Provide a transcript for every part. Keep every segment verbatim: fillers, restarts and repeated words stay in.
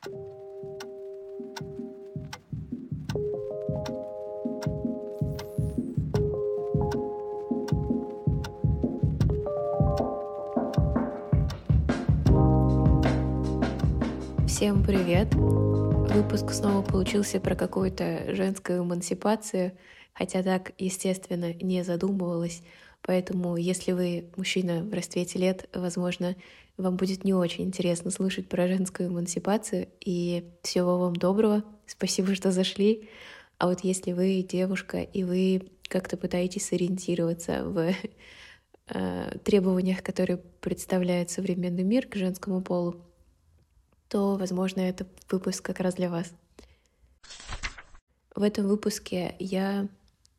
Всем привет! Выпуск снова получился про какую-то женскую эмансипацию, хотя так, естественно, не задумывалась. Поэтому, если вы мужчина в расцвете лет, возможно, вам будет не очень интересно слушать про женскую эмансипацию. И всего вам доброго. Спасибо, что зашли. А вот если вы девушка, и вы как-то пытаетесь сориентироваться в э, требованиях, которые представляет современный мир к женскому полу, то, возможно, это выпуск как раз для вас. В этом выпуске я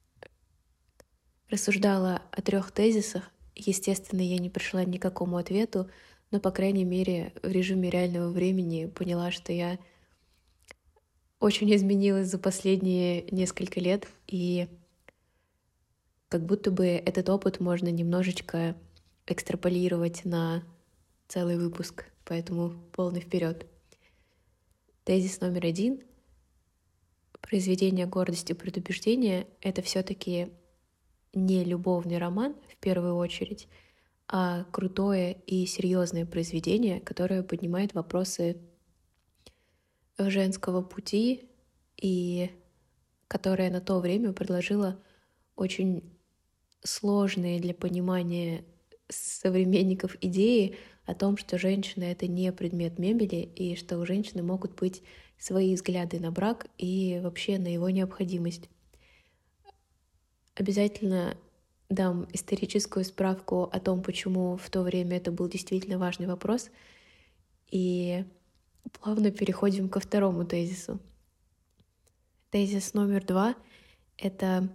рассуждала о трех тезисах. Естественно, я не пришла ни к какому ответу, но, по крайней мере, в режиме реального времени поняла, что я очень изменилась за последние несколько лет, и как будто бы этот опыт можно немножечко экстраполировать на целый выпуск, поэтому полный вперед. Тезис номер один. Произведение «Гордость и предубеждение» — это все-таки не любовный роман в первую очередь, а крутое и серьезное произведение, которое поднимает вопросы женского пути и которое на то время предложило очень сложные для понимания современников идеи о том, что женщина — это не предмет мебели, и что у женщины могут быть свои взгляды на брак и вообще на его необходимость. Обязательно дам историческую справку о том, почему в то время это был действительно важный вопрос, и плавно переходим ко второму тезису. Тезис номер два — это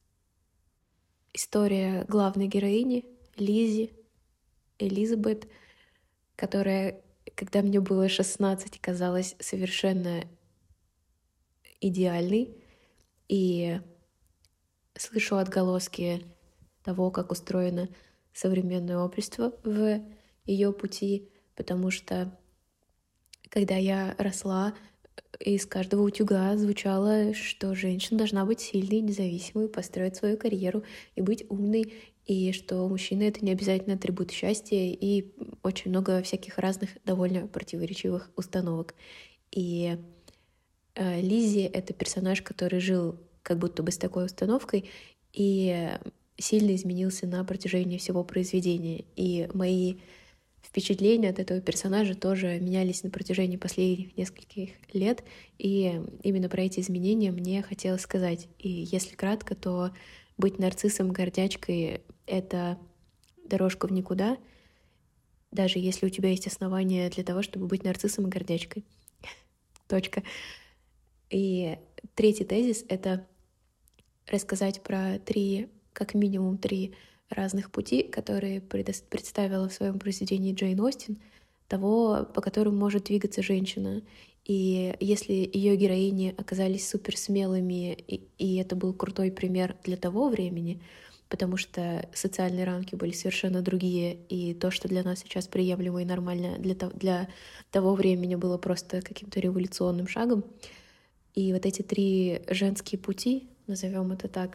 история главной героини Лизи, Элизабет, которая, когда мне было шестнадцать, казалась совершенно идеальной. И слышу отголоски того, как устроено современное общество в ее пути, потому что, когда я росла, из каждого утюга звучало, что женщина должна быть сильной, независимой, построить свою карьеру и быть умной, и что мужчина — это не обязательно атрибут счастья, и очень много всяких разных довольно противоречивых установок. И э, Лизи — это персонаж, который жил как будто бы с такой установкой и сильно изменился на протяжении всего произведения. И мои впечатления от этого персонажа тоже менялись на протяжении последних нескольких лет, и именно про эти изменения мне хотелось сказать. И если кратко, то быть нарциссом, гордячкой — это дорожка в никуда, даже если у тебя есть основания для того, чтобы быть нарциссом и гордячкой. Точка. И третий тезис — это рассказать про три, как минимум три разных пути, которые предо- представила в своем произведении Джейн Остин, того, по которым может двигаться женщина. И если ее героини оказались суперсмелыми, и, и это был крутой пример для того времени, потому что социальные рамки были совершенно другие, и то, что для нас сейчас приемлемо и нормально, для, то, для того времени было просто каким-то революционным шагом. И вот эти три женские пути, назовем это так,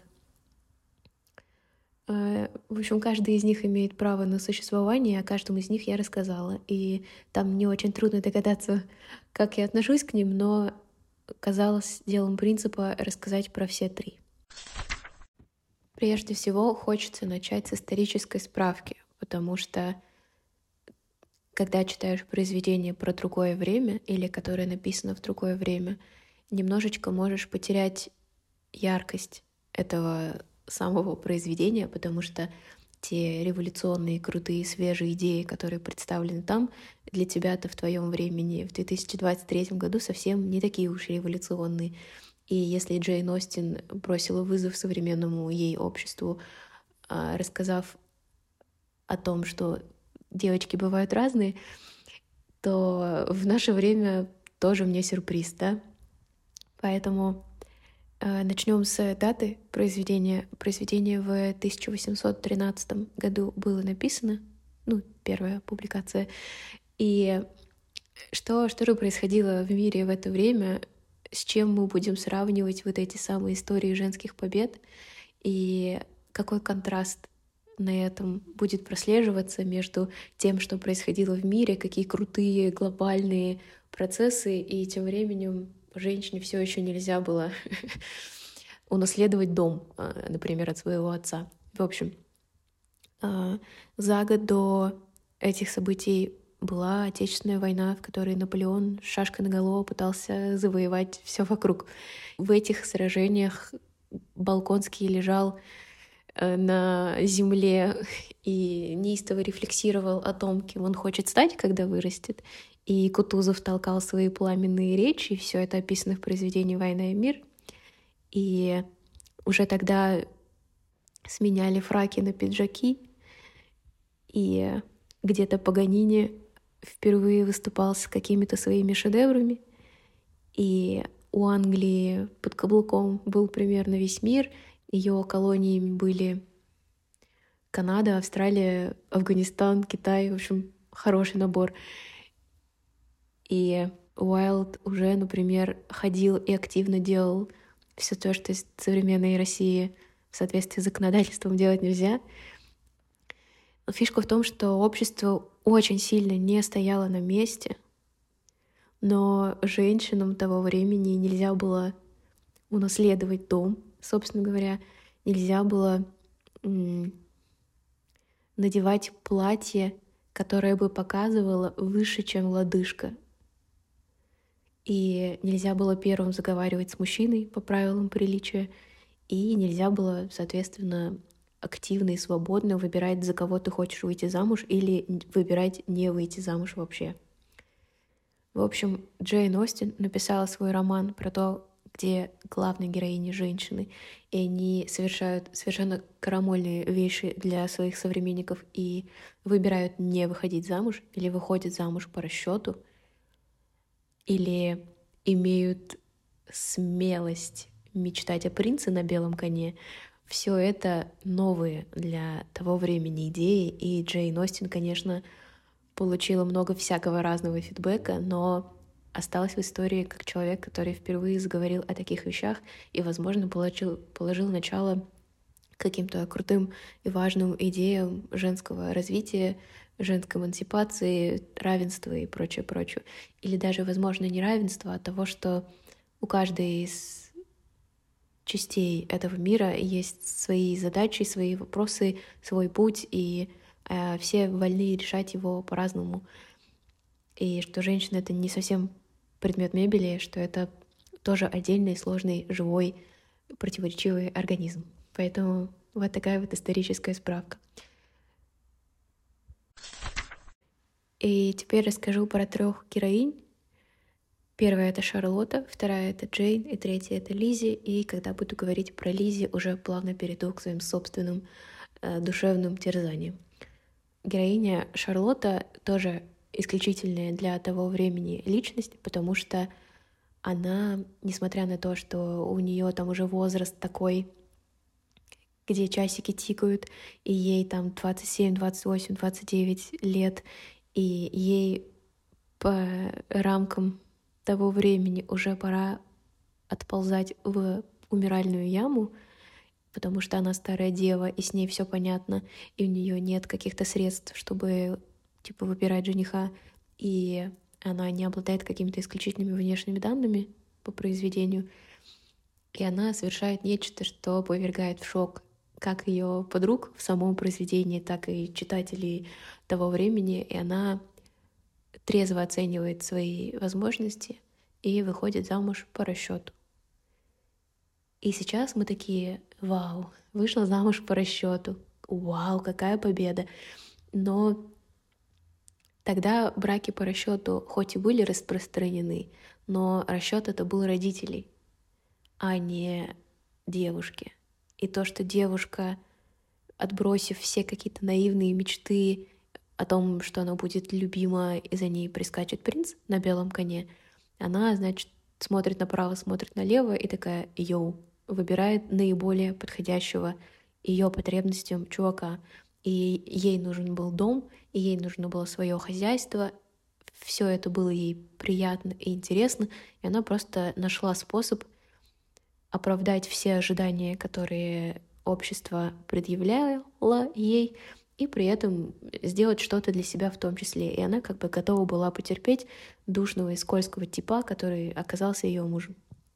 в общем, каждый из них имеет право на существование, о каждом из них я рассказала. И там не очень трудно догадаться, как я отношусь к ним, но казалось делом принципа рассказать про все три. Прежде всего, хочется начать с исторической справки, потому что когда читаешь произведение про другое время или которое написано в другое время, немножечко можешь потерять яркость этого самого произведения, потому что те революционные, крутые, свежие идеи, которые представлены там, для тебя-то в твоем времени в две тысячи двадцать третьем году совсем не такие уж революционные. И если Джейн Остин бросила вызов современному ей обществу, рассказав о том, что девочки бывают разные, то в наше время тоже мне сюрприз, да? Поэтому начнем с даты произведения. Произведение в тысяча восемьсот тринадцатом году было написано, ну, первая публикация, и Что, что же происходило в мире в это время, с чем мы будем сравнивать вот эти самые истории женских побед, и какой контраст на этом будет прослеживаться между тем, что происходило в мире, какие крутые глобальные процессы, и тем временем женщине все еще нельзя было унаследовать дом, а, например, от своего отца. В общем, а, за год до этих событий была Отечественная война, в которой Наполеон с шашкой наголо пытался завоевать все вокруг. В этих сражениях Болконский лежал э, на земле и неистово рефлексировал о том, кем он хочет стать, когда вырастет. И Кутузов толкал свои пламенные речи, и все это описано в произведении «Война и мир». И уже тогда сменяли фраки на пиджаки, и где-то Паганини впервые выступал с какими-то своими шедеврами, и у Англии под каблуком был примерно весь мир. Ее колониями были Канада, Австралия, Афганистан, Китай. В общем, хороший набор. И Уайлд уже, например, ходил и активно делал все то, что в современной России в соответствии с законодательством делать нельзя. Но фишка в том, что общество очень сильно не стояло на месте, но женщинам того времени нельзя было унаследовать дом, собственно говоря, нельзя было м- надевать платье, которое бы показывало выше, чем лодыжка. И нельзя было первым заговаривать с мужчиной по правилам приличия, и нельзя было, соответственно, активно и свободно выбирать, за кого ты хочешь выйти замуж, или выбирать не выйти замуж вообще. В общем, Джейн Остин написала свой роман про то, где главные героини женщины, и они совершают совершенно крамольные вещи для своих современников и выбирают не выходить замуж, или выходят замуж по расчету, или имеют смелость мечтать о принце на белом коне. Все это новые для того времени идеи, и Джейн Остин, конечно, получила много всякого разного фидбэка, но осталась в истории как человек, который впервые заговорил о таких вещах и, возможно, положил, положил начало каким-то крутым и важным идеям женского развития, женской эмансипации, равенства и прочее, прочее. Или даже, возможно, не равенства, а того, что у каждой из частей этого мира есть свои задачи, свои вопросы, свой путь, и э, все вольны решать его по-разному. И что женщина — это не совсем предмет мебели, что это тоже отдельный, сложный, живой, противоречивый организм. Поэтому вот такая вот историческая справка. И теперь расскажу про трех героинь. Первая — это Шарлотта, вторая — это Джейн, и третья — это Лиззи. И когда буду говорить про Лиззи, уже плавно перейду к своим собственным э, душевным терзаниям. Героиня Шарлотта тоже исключительная для того времени личность, потому что она, несмотря на то, что у нее там уже возраст такой, где часики тикают, и ей там двадцать семь, двадцать восемь, двадцать девять лет, и ей по рамкам того времени уже пора отползать в умиральную яму, потому что она старая дева, и с ней все понятно, и у нее нет каких-то средств, чтобы типа выбирать жениха, и она не обладает какими-то исключительными внешними данными по произведению, и она совершает нечто, что повергает в шок как ее подруг в самом произведении, так и читателей того времени, и она трезво оценивает свои возможности и выходит замуж по расчету. И сейчас мы такие: вау, вышла замуж по расчету, вау, какая победа. Но тогда браки по расчету хоть и были распространены, но расчет это был родителей, а не девушки. И то, что девушка, отбросив все какие-то наивные мечты о том, что она будет любима и за ней прискачет принц на белом коне, она, значит, смотрит направо, смотрит налево и такая: йоу, выбирает наиболее подходящего ее потребностям чувака. И ей нужен был дом, и ей нужно было свое хозяйство, все это было ей приятно и интересно, и она просто нашла способ оправдать все ожидания, которые общество предъявляло ей, и при этом сделать что-то для себя в том числе. И она как бы готова была потерпеть душного и скользкого типа, который оказался ее мужем.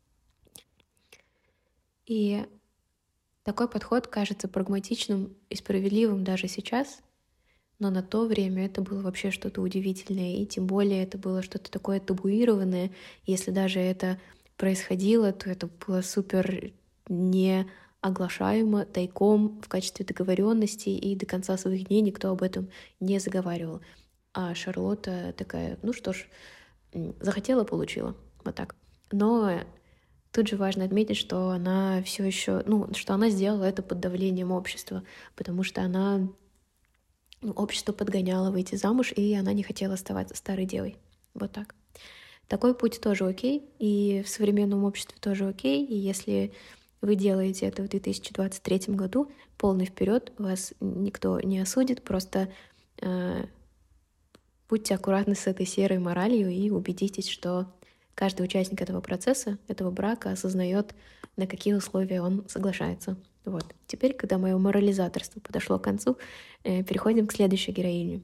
И такой подход кажется прагматичным и справедливым даже сейчас, но на то время это было вообще что-то удивительное, и тем более это было что-то такое табуированное. Если даже это происходило, то это было супер не оглашаемо, тайком, в качестве договоренности, и до конца своих дней никто об этом не заговаривал. А Шарлотта такая, ну что ж, захотела — получила, вот так. Но тут же важно отметить, что она все еще, ну, что она сделала это под давлением общества, потому что она, ну, общество подгоняло выйти замуж, и она не хотела оставаться старой девой. Вот так. Такой путь тоже окей, и в современном обществе тоже окей, и если вы делаете это в две тысячи двадцать третьем году, полный вперед, вас никто не осудит, просто э, будьте аккуратны с этой серой моралью и убедитесь, что каждый участник этого процесса, этого брака осознает, на какие условия он соглашается. Вот. Теперь, когда мое морализаторство подошло к концу, э, переходим к следующей героине.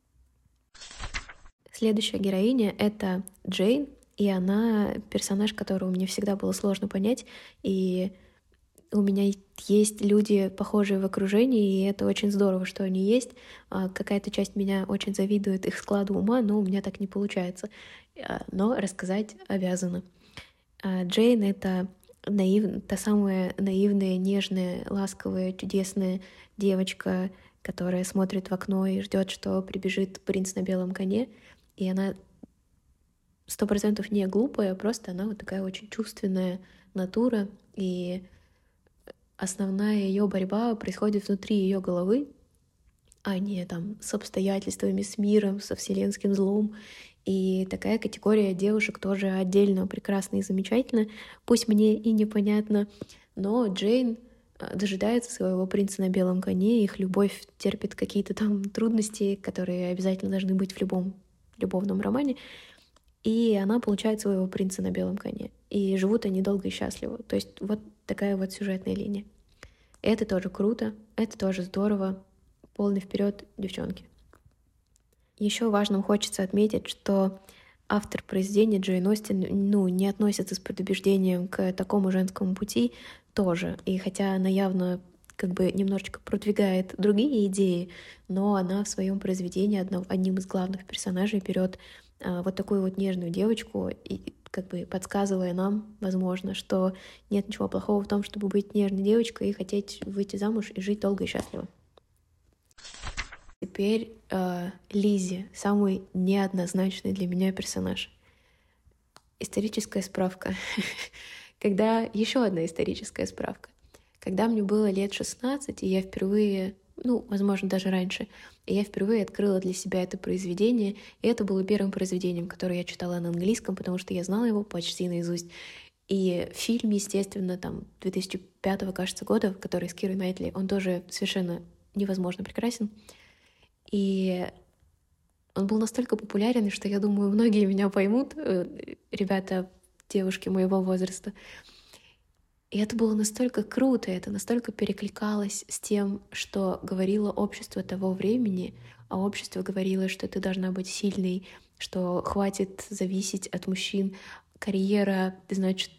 Следующая героиня — это Джейн, и она персонаж, которого мне всегда было сложно понять, и у меня есть люди, похожие в окружении, и это очень здорово, что они есть. Какая-то часть меня очень завидует их складу ума, но у меня так не получается. Но рассказать обязана. Джейн — это наив... та самая наивная, нежная, ласковая, чудесная девочка, которая смотрит в окно и ждет, что прибежит принц на белом коне. И она сто процентов не глупая, просто она вот такая очень чувственная натура, и основная ее борьба происходит внутри ее головы, а не там с обстоятельствами, с миром, со вселенским злом. И такая категория девушек тоже отдельно прекрасна и замечательна. Пусть мне и непонятно, но Джейн дожидается своего принца на белом коне, их любовь терпит какие-то там трудности, которые обязательно должны быть в любом любовном романе, и она получает своего принца на белом коне. И живут они долго и счастливо. То есть вот такая вот сюжетная линия. Это тоже круто, это тоже здорово. Полный вперед, девчонки. Еще важным хочется отметить, что автор произведения Джейн Остин, ну, не относится с предубеждением к такому женскому пути тоже. И хотя она явно как бы немножечко продвигает другие идеи, но она в своем произведении одно, одним из главных персонажей берет а, вот такую вот нежную девочку, и как бы подсказывая нам, возможно, что нет ничего плохого в том, чтобы быть нежной девочкой и хотеть выйти замуж и жить долго и счастливо. Теперь э, Лиззи, самый неоднозначный для меня персонаж. Историческая справка. Когда еще одна историческая справка. Когда мне было лет шестнадцать, и я впервые, ну, возможно, даже раньше, и я впервые открыла для себя это произведение, и это было первым произведением, которое я читала на английском, потому что я знала его почти наизусть. И фильм, естественно, там, две тысячи пятого, кажется, года, который с Кирой Найтли, он тоже совершенно невозможно прекрасен. И он был настолько популярен, что, я думаю, многие меня поймут, ребята, девушки моего возраста. И это было настолько круто, это настолько перекликалось с тем, что говорило общество того времени, а общество говорило, что ты должна быть сильной, что хватит зависеть от мужчин, карьера, значит,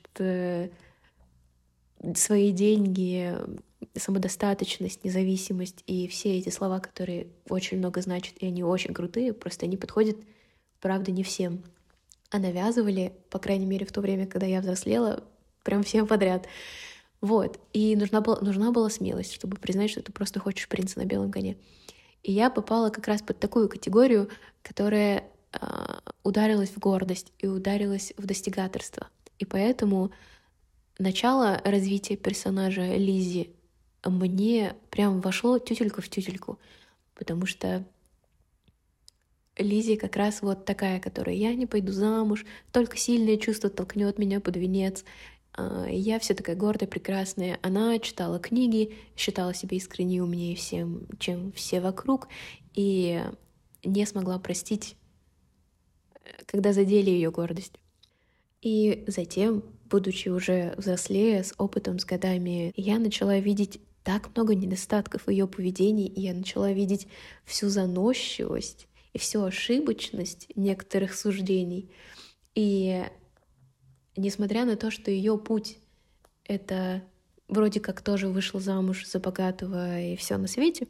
свои деньги, самодостаточность, независимость и все эти слова, которые очень много значат, и они очень крутые, просто они подходят, правда, не всем. А навязывали, по крайней мере, в то время, когда я взрослела, прям всем подряд. Вот. И нужна была, нужна была смелость, чтобы признать, что ты просто хочешь принца на белом коне. И я попала как раз под такую категорию, которая э, ударилась в гордость и ударилась в достигаторство. И поэтому начало развития персонажа Лиззи мне прям вошло тютелька в тютельку, потому что Лиззи как раз вот такая, которая я не пойду замуж, только сильное чувство толкнет меня под венец. Я вся такая гордая, прекрасная. Она читала книги, считала себя искренне умнее всем, чем все вокруг, и не смогла простить когда задели ее гордость. И затем, будучи уже взрослее, с опытом, с годами, я начала видеть так много недостатков в ее поведении, и я начала видеть всю заносчивость и всю ошибочность некоторых суждений. И несмотря на то, что ее путь — это вроде как тоже вышла замуж за богатого и все на свете,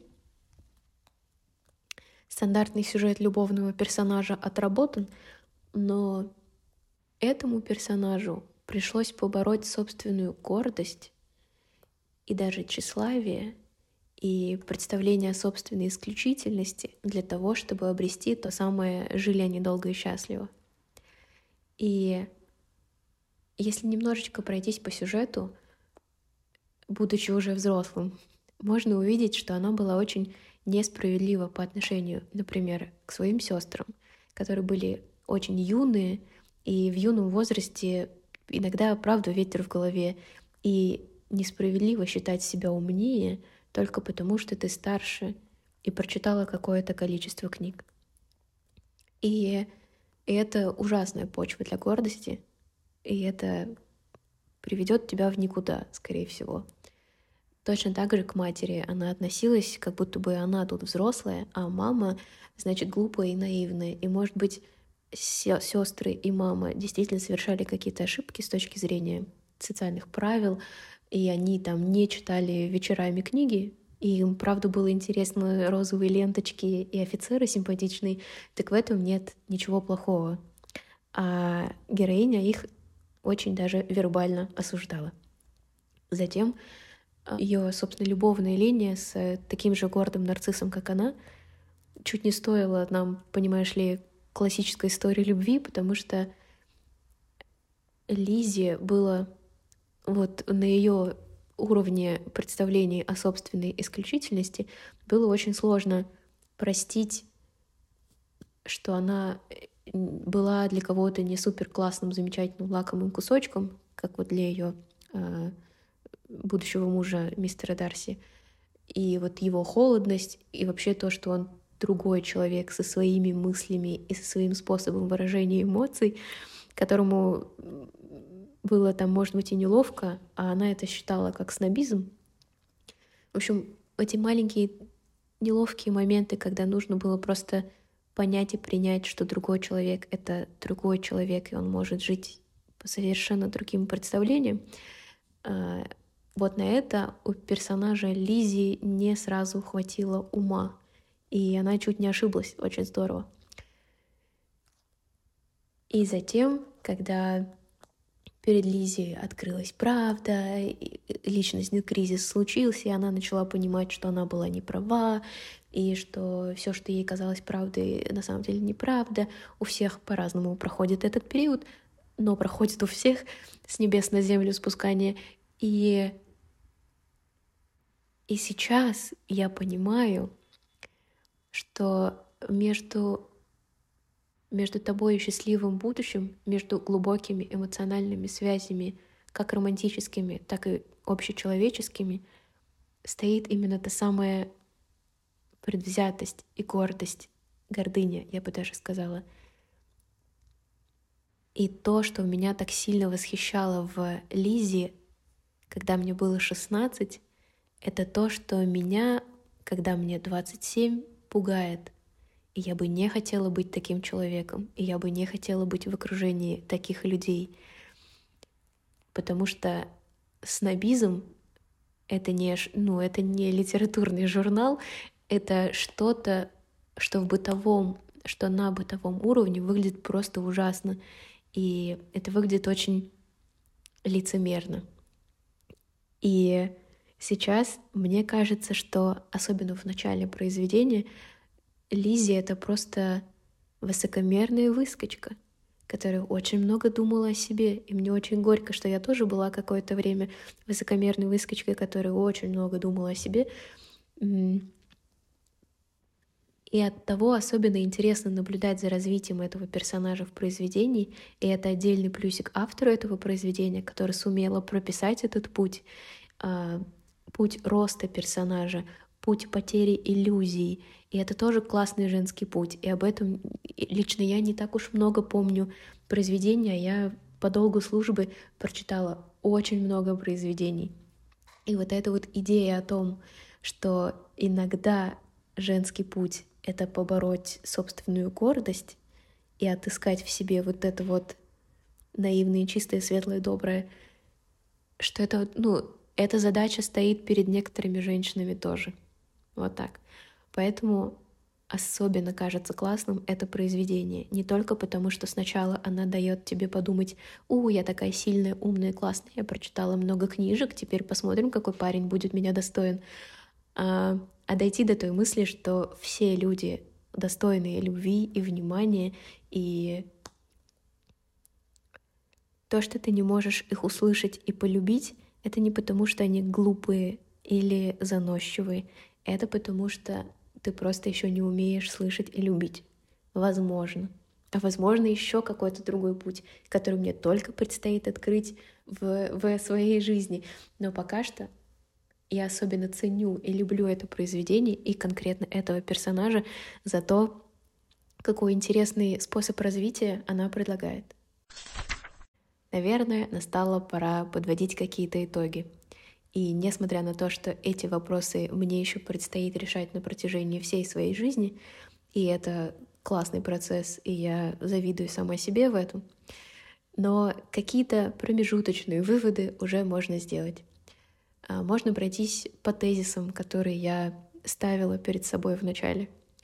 стандартный сюжет любовного персонажа отработан, но этому персонажу пришлось побороть собственную гордость и даже тщеславие и представление о собственной исключительности для того, чтобы обрести то самое «жили они долго и счастливо». И если немножечко пройтись по сюжету, будучи уже взрослым, можно увидеть, что она была очень несправедлива по отношению, например, к своим сестрам, которые были очень юные, и в юном возрасте иногда, правда, ветер в голове, и несправедливо считать себя умнее только потому, что ты старше и прочитала какое-то количество книг. И, и это ужасная почва для гордости, и это приведет тебя в никуда, скорее всего. Точно так же к матери она относилась, как будто бы она тут взрослая, а мама, значит, глупая и наивная. И, может быть, сестры и мама действительно совершали какие-то ошибки с точки зрения социальных правил, и они там не читали вечерами книги, и им, правда, было интересно розовые ленточки и офицеры симпатичные, так в этом нет ничего плохого. А героиня их очень даже вербально осуждала. Затем ее, собственно, любовная линия с таким же гордым нарциссом, как она, чуть не стоила нам, понимаешь ли, классической истории любви, потому что Лизе было вот на ее уровне представлений о собственной исключительности было очень сложно простить, что она была для кого-то не супер классным, замечательным, лакомым кусочком, как вот для ее э, будущего мужа мистера Дарси. И вот его холодность, и вообще то, что он другой человек со своими мыслями и со своим способом выражения эмоций, которому было там, может быть, и неловко, а она это считала как снобизм. В общем, эти маленькие неловкие моменты, когда нужно было просто понять и принять, что другой человек — это другой человек, и он может жить по совершенно другим представлениям, вот на это у персонажа Лизи не сразу хватило ума, и она чуть не ошиблась, очень здорово. И затем, когда перед Лизи открылась правда, личностный кризис случился, и она начала понимать, что она была не права, и что все, что ей казалось правдой, на самом деле неправда. У всех по-разному проходит этот период, но проходит у всех с небес на землю спускание. И, и сейчас я понимаю, что между между тобой и счастливым будущим, между глубокими эмоциональными связями, как романтическими, так и общечеловеческими, стоит именно та самая предвзятость и гордость, гордыня, я бы даже сказала. И то, что меня так сильно восхищало в Лизе, когда мне было шестнадцать, это то, что меня, когда мне двадцать семь, пугает. И я бы не хотела быть таким человеком, и я бы не хотела быть в окружении таких людей. Потому что снобизм — это не, ну, это не литературный журнал, это что-то, что в бытовом, что на бытовом уровне выглядит просто ужасно. И это выглядит очень лицемерно. И сейчас мне кажется, что, особенно в начале произведения, Лизи — это просто высокомерная выскочка, которая очень много думала о себе. И мне очень горько, что я тоже была какое-то время высокомерной выскочкой, которая очень много думала о себе. И оттого особенно интересно наблюдать за развитием этого персонажа в произведении. И это отдельный плюсик автору этого произведения, который сумела прописать этот путь, путь роста персонажа путь потери иллюзий. И это тоже классный женский путь. И об этом лично я не так уж много помню произведения. Я по долгу службы прочитала очень много произведений. И вот эта вот идея о том, что иногда женский путь — это побороть собственную гордость и отыскать в себе вот это вот наивное, чистое, светлое, доброе, что это, ну, эта задача стоит перед некоторыми женщинами тоже. Вот так. Поэтому особенно кажется классным это произведение. Не только потому, что сначала она дает тебе подумать: «У, я такая сильная, умная, классная, я прочитала много книжек, теперь посмотрим, какой парень будет меня достоин», а, а дойти до той мысли, что все люди достойные любви и внимания, и то, что ты не можешь их услышать и полюбить, это не потому, что они глупые или заносчивые, это потому, что ты просто еще не умеешь слышать и любить. Возможно. А возможно, еще какой-то другой путь, который мне только предстоит открыть в, в своей жизни. Но пока что я особенно ценю и люблю это произведение и конкретно этого персонажа за то, какой интересный способ развития она предлагает. Наверное, настала пора подводить какие-то итоги. И несмотря на то, что эти вопросы мне еще предстоит решать на протяжении всей своей жизни, и это классный процесс, и я завидую сама себе в этом, но какие-то промежуточные выводы уже можно сделать. Можно пройтись по тезисам, которые я ставила перед собой в начале.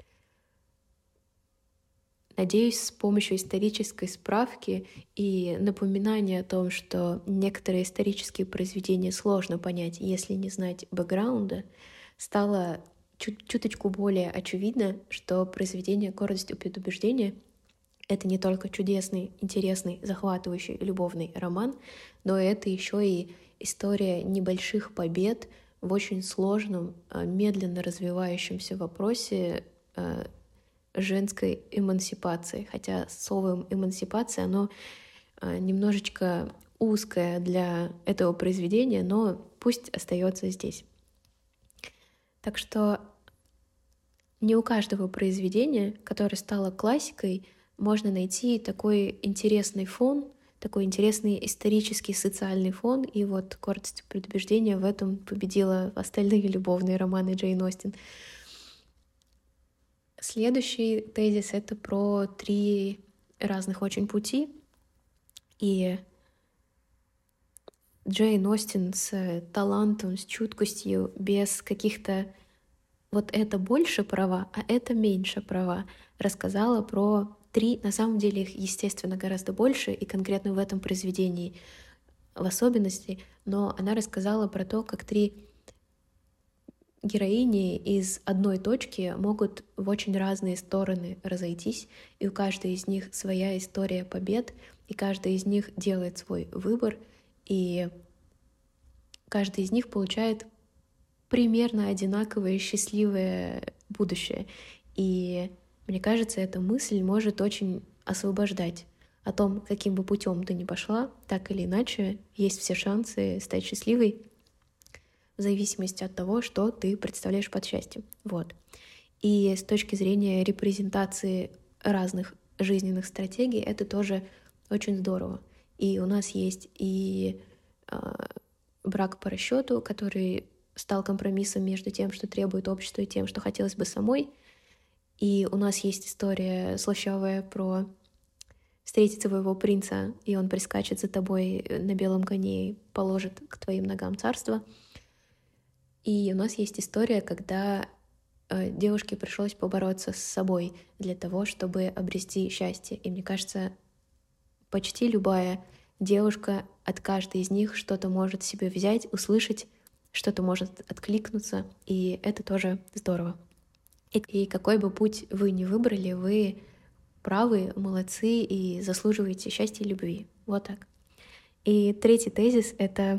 Надеюсь, с помощью исторической справки и напоминания о том, что некоторые исторические произведения сложно понять, если не знать бэкграунда, стало чуть, чуточку более очевидно, что произведение «Гордость и предубеждение» — это не только чудесный, интересный, захватывающий любовный роман, но это еще и история небольших побед в очень сложном, медленно развивающемся вопросе женской эмансипации. Хотя словом эмансипация, оно немножечко узкое для этого произведения, но пусть остается здесь. Так что не у каждого произведения, которое стало классикой, можно найти такой интересный фон, такой интересный исторический социальный фон, и вот «Гордость и предубеждение» в этом победила остальные любовные романы Джейн Остин. Следующий тезис — это про три разных очень пути. И Джейн Остин с талантом, с чуткостью, без каких-то вот это больше права, а это меньше права, рассказала про три, на самом деле их, естественно, гораздо больше, и конкретно в этом произведении в особенности, но она рассказала про то, как три героини из одной точки могут в очень разные стороны разойтись, и у каждой из них своя история побед, и каждая из них делает свой выбор, и каждый из них получает примерно одинаковое счастливое будущее. И мне кажется, эта мысль может очень освобождать о том, каким бы путем ты ни пошла, так или иначе, есть все шансы стать счастливой в зависимости от того, что ты представляешь под счастьем. Вот. И с точки зрения репрезентации разных жизненных стратегий, это тоже очень здорово. И у нас есть и э, брак по расчету, который стал компромиссом между тем, что требует общество, и тем, что хотелось бы самой. И у нас есть история слащавая про встретить своего принца, и он прискачет за тобой на белом коне и положит к твоим ногам царство. И у нас есть история, когда э, девушке пришлось побороться с собой для того, чтобы обрести счастье. И мне кажется, почти любая девушка от каждой из них что-то может себе взять, услышать, что-то может откликнуться, и это тоже здорово. И, и какой бы путь вы ни выбрали, вы правы, молодцы и заслуживаете счастья и любви. Вот так. И третий тезис — это,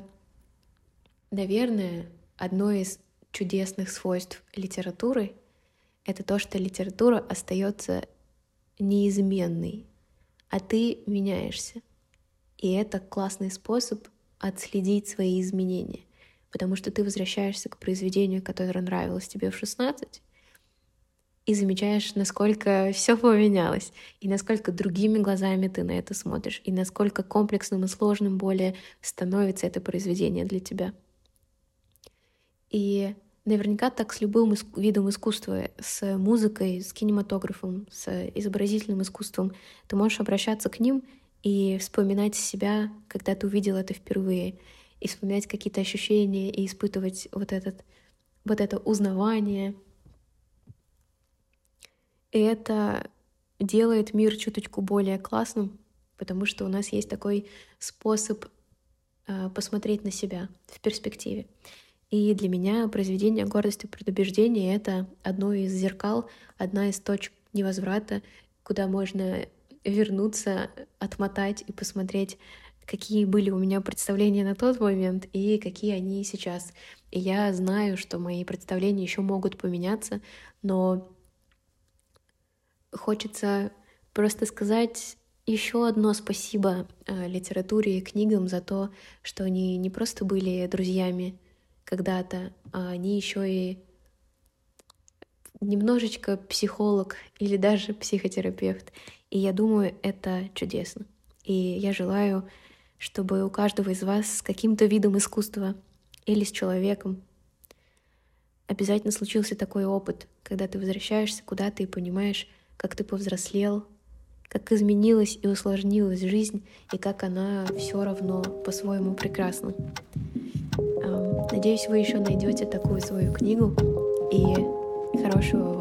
наверное, одно из чудесных свойств литературы — это то, что литература остается неизменной, а ты меняешься. И это классный способ отследить свои изменения. потому что ты возвращаешься к произведению, которое нравилось тебе в шестнадцать, и замечаешь, насколько все поменялось, и насколько другими глазами ты на это смотришь, и насколько комплексным и сложным более становится это произведение для тебя. И наверняка так с любым иск- видом искусства, с музыкой, с кинематографом, с изобразительным искусством. Ты можешь обращаться к ним и вспоминать себя, когда ты увидел это впервые, и вспоминать какие-то ощущения, и испытывать вот, этот, вот это узнавание. И это делает мир чуточку более классным, потому что у нас есть такой способ э, посмотреть на себя в перспективе. И для меня произведение «Гордость и предубеждение» — это одно из зеркал, одна из точек невозврата, куда можно вернуться, отмотать и посмотреть, какие были у меня представления на тот момент и какие они сейчас. И я знаю, что мои представления еще могут поменяться, но хочется просто сказать еще одно спасибо э, литературе и книгам за то, что они не просто были друзьями когда-то, а они еще и немножечко психолог или даже психотерапевт. И я думаю, это чудесно. И я желаю, чтобы у каждого из вас с каким-то видом искусства или с человеком обязательно случился такой опыт, когда ты возвращаешься куда-то и понимаешь, как ты повзрослел, как изменилась и усложнилась жизнь, и как она все равно по-своему прекрасна. Надеюсь, вы еще найдете такую свою книгу, и хорошего